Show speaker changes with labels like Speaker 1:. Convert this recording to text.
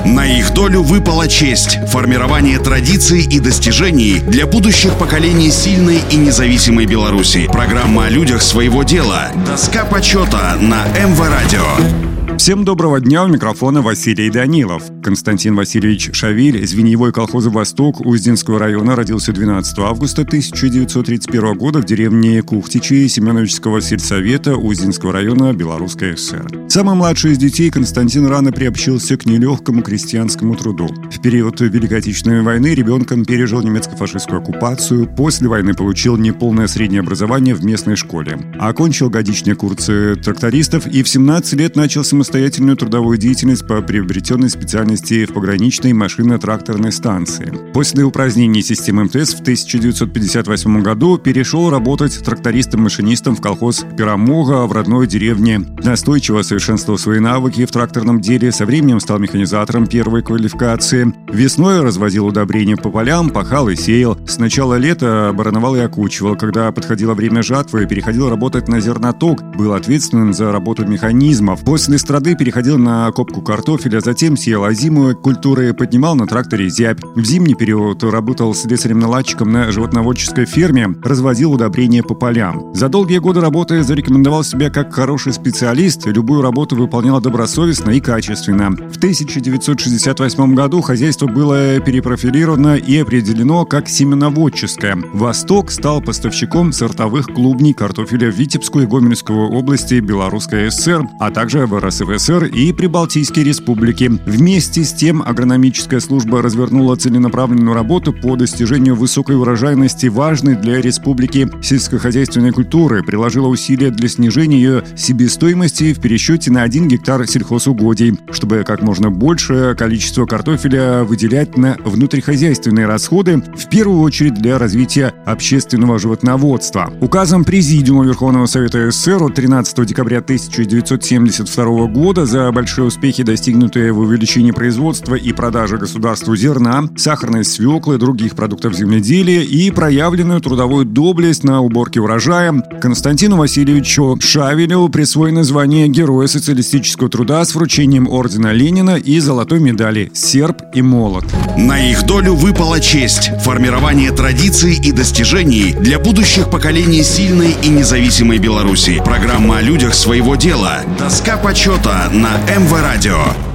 Speaker 1: На их долю выпала честь – формирование традиций и достижений для будущих поколений сильной и независимой Беларуси. Программа о людях своего дела. Доска почета на МВ-радио.
Speaker 2: Всем доброго дня, у микрофона Василий Данилов. Константин Васильевич Шавиль, звеньевой колхоза «Восток» Узденского района, родился 12 августа 1931 года в деревне Кухтичи Семеновического сельсовета Узденского района Белорусской ССР. Самый младший из детей Константин рано приобщился к нелегкому крестьянскому труду. В период Великой Отечественной войны ребенком пережил немецко-фашистскую оккупацию, после войны получил неполное среднее образование в местной школе. Окончил годичные курсы трактористов и в 17 лет начал самостоятельную трудовую деятельность по приобретенной специальности в пограничной машинно-тракторной станции. После упразднения системы МТС в 1958 году перешел работать трактористом-машинистом в колхоз Перамога в родной деревне. Настойчиво совершенствовал свои навыки в тракторном деле, со временем стал механизатором первой квалификации. Весной развозил удобрения по полям, пахал и сеял. С начала лета барановал и окучивал. Когда подходило время жатвы, переходил работать на зерноток, был ответственным за работу механизмов. После страды переходил на копку картофеля, затем сеял озимые культуры, поднимал на тракторе зябь. В зимний период работал слесарем-наладчиком на животноводческой ферме, развозил удобрения по полям. За долгие годы работы зарекомендовал себя как хороший специалист, любую работу выполнял добросовестно и качественно. В 1968 году хозяйство было перепрофилировано и определено как семеноводческое. «Восток» стал поставщиком сортовых клубней картофеля в Витебскую и Гомельскую области Белорусской ССР, а также в РСФСР и Прибалтийские республики. Вместе с тем агрономическая служба развернула целенаправленную работу по достижению высокой урожайности важной для республики сельскохозяйственной культуры, приложила усилия для снижения ее себестоимости в пересчете на 1 гектар сельхозугодий, чтобы как можно большее количество картофеля выделять на внутрихозяйственные расходы, в первую очередь для развития общественного животноводства. Указом Президиума Верховного Совета СССР от 13 декабря 1972 года за большие успехи, достигнутые в увеличении производства и продажи государству зерна, сахарной свеклы, других продуктов земледелия и проявленную трудовую доблесть на уборке урожая, Константину Васильевичу Шавилю присвоено звание Героя социалистического труда с вручением ордена Ленина и золотой медали «Серп и молот».
Speaker 1: На их долю выпала честь – формирование традиций и достижений для будущих поколений сильной и независимой Беларуси. Программа о людях своего дела. Доска почета на МВ-радио.